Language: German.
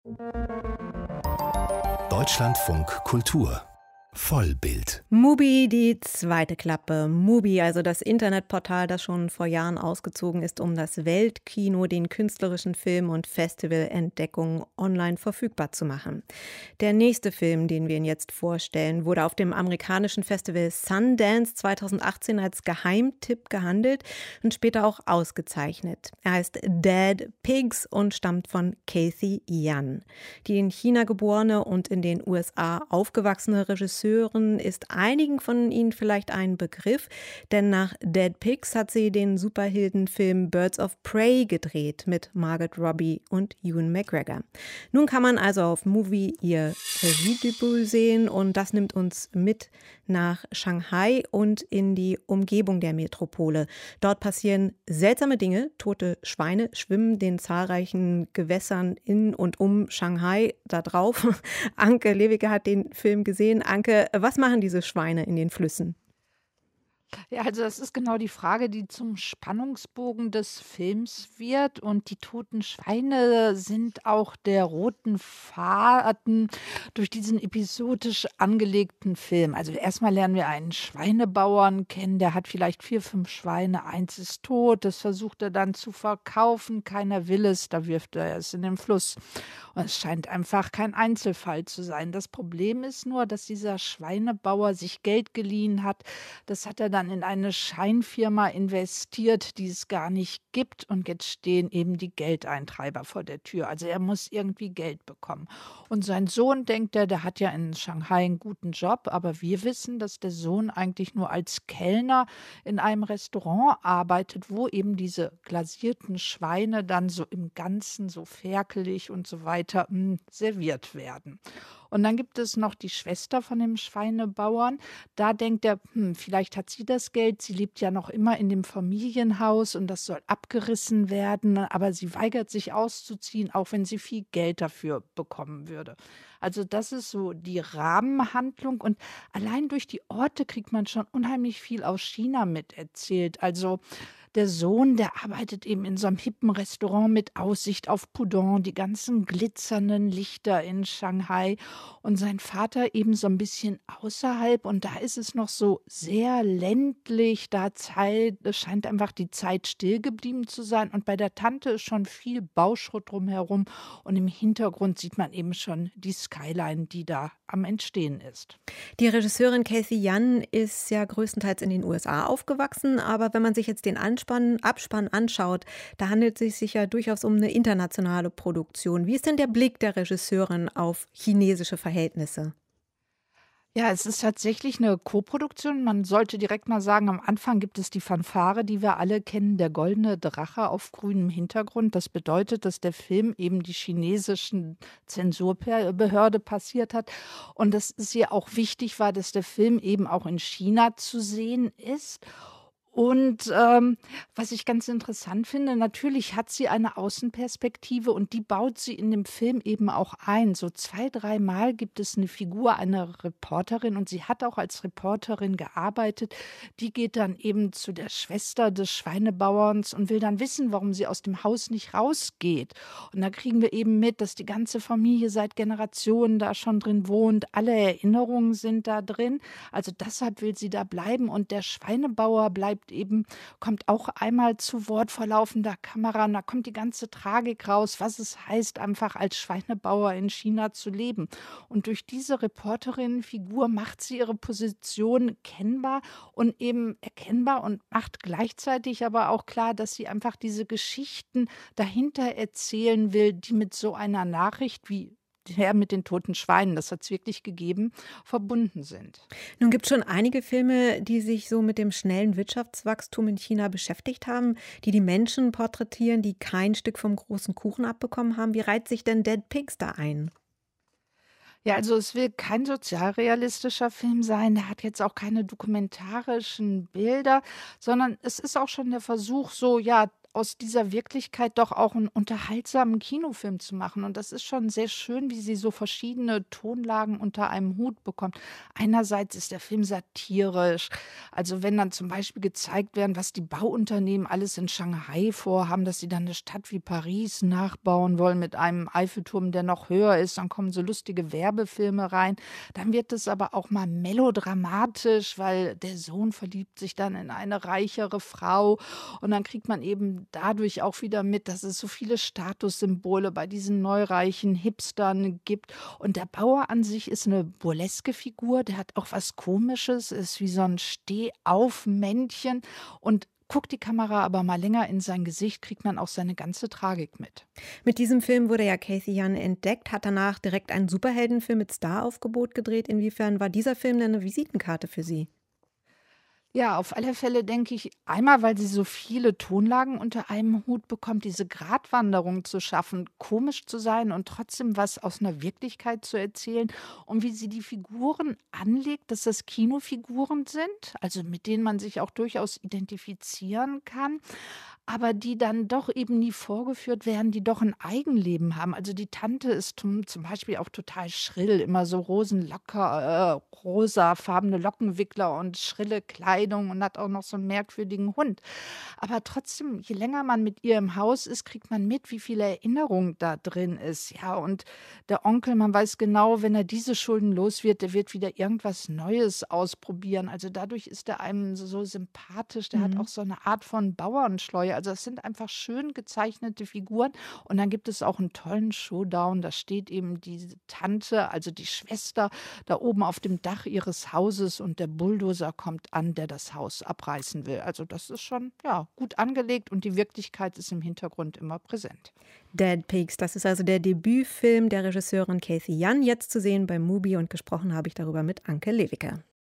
Deutschlandfunk Kultur Vollbild. Mubi, die zweite Klappe. Mubi, also das Internetportal, das schon vor Jahren ausgezogen ist, um das Weltkino, den künstlerischen Film und Festivalentdeckungen online verfügbar zu machen. Der nächste Film, den wir Ihnen jetzt vorstellen, wurde auf dem amerikanischen Festival Sundance 2018 als Geheimtipp gehandelt und später auch ausgezeichnet. Er heißt Dead Pigs und stammt von Cathy Yan. Die in China geborene und in den USA aufgewachsene Regisseurin ist einigen von Ihnen vielleicht ein Begriff, denn nach Dead Pigs hat sie den Superheldenfilm Birds of Prey gedreht mit Margot Robbie und Ewan McGregor. Nun kann man also auf Mubi ihr Regiedebüt sehen und das nimmt uns mit nach Shanghai und in die Umgebung der Metropole. Dort passieren seltsame Dinge. Tote Schweine schwimmen den zahlreichen Gewässern in und um Shanghai da drauf. Anke Lewicke hat den Film gesehen. Anke, was machen diese Schweine in den Flüssen? Ja, also das ist genau die Frage, die zum Spannungsbogen des Films wird. Und die toten Schweine sind auch der roten Faden durch diesen episodisch angelegten Film. Also erstmal lernen wir einen Schweinebauern kennen, der hat vielleicht 4, 5 Schweine, eins ist tot, das versucht er dann zu verkaufen, keiner will es, da wirft er es in den Fluss. Und es scheint einfach kein Einzelfall zu sein. Das Problem ist nur, dass dieser Schweinebauer sich Geld geliehen hat. Das hat er dann in eine Scheinfirma investiert, die es gar nicht gibt. Und jetzt stehen eben die Geldeintreiber vor der Tür. Also er muss irgendwie Geld bekommen. Und sein Sohn denkt, der hat ja in Shanghai einen guten Job. Aber wir wissen, dass der Sohn eigentlich nur als Kellner in einem Restaurant arbeitet, wo eben diese glasierten Schweine dann so im Ganzen so ferkelig und so weiter serviert werden. Und dann gibt es noch die Schwester von dem Schweinebauern. Da denkt er, vielleicht hat sie das Geld. Sie lebt ja noch immer in dem Familienhaus und das soll abgerissen werden. Aber sie weigert sich auszuziehen, auch wenn sie viel Geld dafür bekommen würde. Also das ist so die Rahmenhandlung. Und allein durch die Orte kriegt man schon unheimlich viel aus China miterzählt. Also der Sohn, der arbeitet eben in so einem hippen Restaurant mit Aussicht auf Pudong, die ganzen glitzernden Lichter in Shanghai. Und sein Vater eben so ein bisschen außerhalb. Und da ist es noch so sehr ländlich. Es scheint einfach die Zeit still geblieben zu sein. Und bei der Tante ist schon viel Bauschrott drumherum. Und im Hintergrund sieht man eben schon die Skyline, die da am Entstehen ist. Die Regisseurin Cathy Yan ist ja größtenteils in den USA aufgewachsen. Aber wenn man sich jetzt den Abspann anschaut, da handelt es sich ja durchaus um eine internationale Produktion. Wie ist denn der Blick der Regisseurin auf chinesische Verhältnisse? Ja, es ist tatsächlich eine Koproduktion. Man sollte direkt mal sagen, am Anfang gibt es die Fanfare, die wir alle kennen, der goldene Drache auf grünem Hintergrund. Das bedeutet, dass der Film eben die chinesischen Zensurbehörde passiert hat. Und dass es ihr auch wichtig war, dass der Film eben auch in China zu sehen ist. Und was ich ganz interessant finde, natürlich hat sie eine Außenperspektive und die baut sie in dem Film eben auch ein. So 2, 3 Mal gibt es eine Figur, eine Reporterin und sie hat auch als Reporterin gearbeitet. Die geht dann eben zu der Schwester des Schweinebauerns und will dann wissen, warum sie aus dem Haus nicht rausgeht. Und da kriegen wir eben mit, dass die ganze Familie seit Generationen da schon drin wohnt. Alle Erinnerungen sind da drin. Also deshalb will sie da bleiben und der Schweinebauer kommt auch einmal zu Wort vor laufender Kamera und da kommt die ganze Tragik raus, was es heißt, einfach als Schweinebauer in China zu leben. Und durch diese Reporterinnenfigur macht sie ihre Position kennbar und eben erkennbar und macht gleichzeitig aber auch klar, dass sie einfach diese Geschichten dahinter erzählen will, die mit so einer Nachricht wie der mit den toten Schweinen, das hat es wirklich gegeben, verbunden sind. Nun gibt es schon einige Filme, die sich so mit dem schnellen Wirtschaftswachstum in China beschäftigt haben, die Menschen porträtieren, die kein Stück vom großen Kuchen abbekommen haben. Wie reiht sich denn Dead Pigs da ein? Ja, also es will kein sozialrealistischer Film sein, der hat jetzt auch keine dokumentarischen Bilder, sondern es ist auch schon der Versuch, so ja, aus dieser Wirklichkeit doch auch einen unterhaltsamen Kinofilm zu machen. Und das ist schon sehr schön, wie sie so verschiedene Tonlagen unter einem Hut bekommt. Einerseits ist der Film satirisch, also wenn dann zum Beispiel gezeigt werden, was die Bauunternehmen alles in Shanghai vorhaben, dass sie dann eine Stadt wie Paris nachbauen wollen mit einem Eiffelturm, der noch höher ist, dann kommen so lustige Werbefilme rein. Dann wird es aber auch mal melodramatisch, weil der Sohn verliebt sich dann in eine reichere Frau und dann kriegt man eben dadurch auch wieder mit, dass es so viele Statussymbole bei diesen neureichen Hipstern gibt. Und der Bauer an sich ist eine burleske Figur, der hat auch was Komisches, ist wie so ein Stehauf-Männchen und guckt die Kamera aber mal länger in sein Gesicht, kriegt man auch seine ganze Tragik mit. Mit diesem Film wurde ja Cathy Yan entdeckt, hat danach direkt einen Superheldenfilm mit Staraufgebot gedreht. Inwiefern war dieser Film denn eine Visitenkarte für Sie? Ja, auf alle Fälle denke ich, einmal, weil sie so viele Tonlagen unter einem Hut bekommt, diese Gratwanderung zu schaffen, komisch zu sein und trotzdem was aus einer Wirklichkeit zu erzählen und wie sie die Figuren anlegt, dass das Kinofiguren sind, also mit denen man sich auch durchaus identifizieren kann, aber die dann doch eben nie vorgeführt werden, die doch ein Eigenleben haben. Also die Tante ist zum Beispiel auch total schrill, immer so rosafarbene Lockenwickler und schrille Kleidung und hat auch noch so einen merkwürdigen Hund. Aber trotzdem, je länger man mit ihr im Haus ist, kriegt man mit, wie viel Erinnerung da drin ist. Ja, und der Onkel, man weiß genau, wenn er diese Schulden los wird, der wird wieder irgendwas Neues ausprobieren. Also dadurch ist er einem so sympathisch. Der hat Mhm. auch so eine Art von Bauernschleue. Also es sind einfach schön gezeichnete Figuren. Und dann gibt es auch einen tollen Showdown. Da steht eben diese Tante, also die Schwester, da oben auf dem Dach ihres Hauses und der Bulldozer kommt an, der das Haus abreißen will. Also das ist schon ja, gut angelegt und die Wirklichkeit ist im Hintergrund immer präsent. Dead Pigs, das ist also der Debütfilm der Regisseurin Cathy Yan, jetzt zu sehen bei Mubi und gesprochen habe ich darüber mit Anke Lewicke.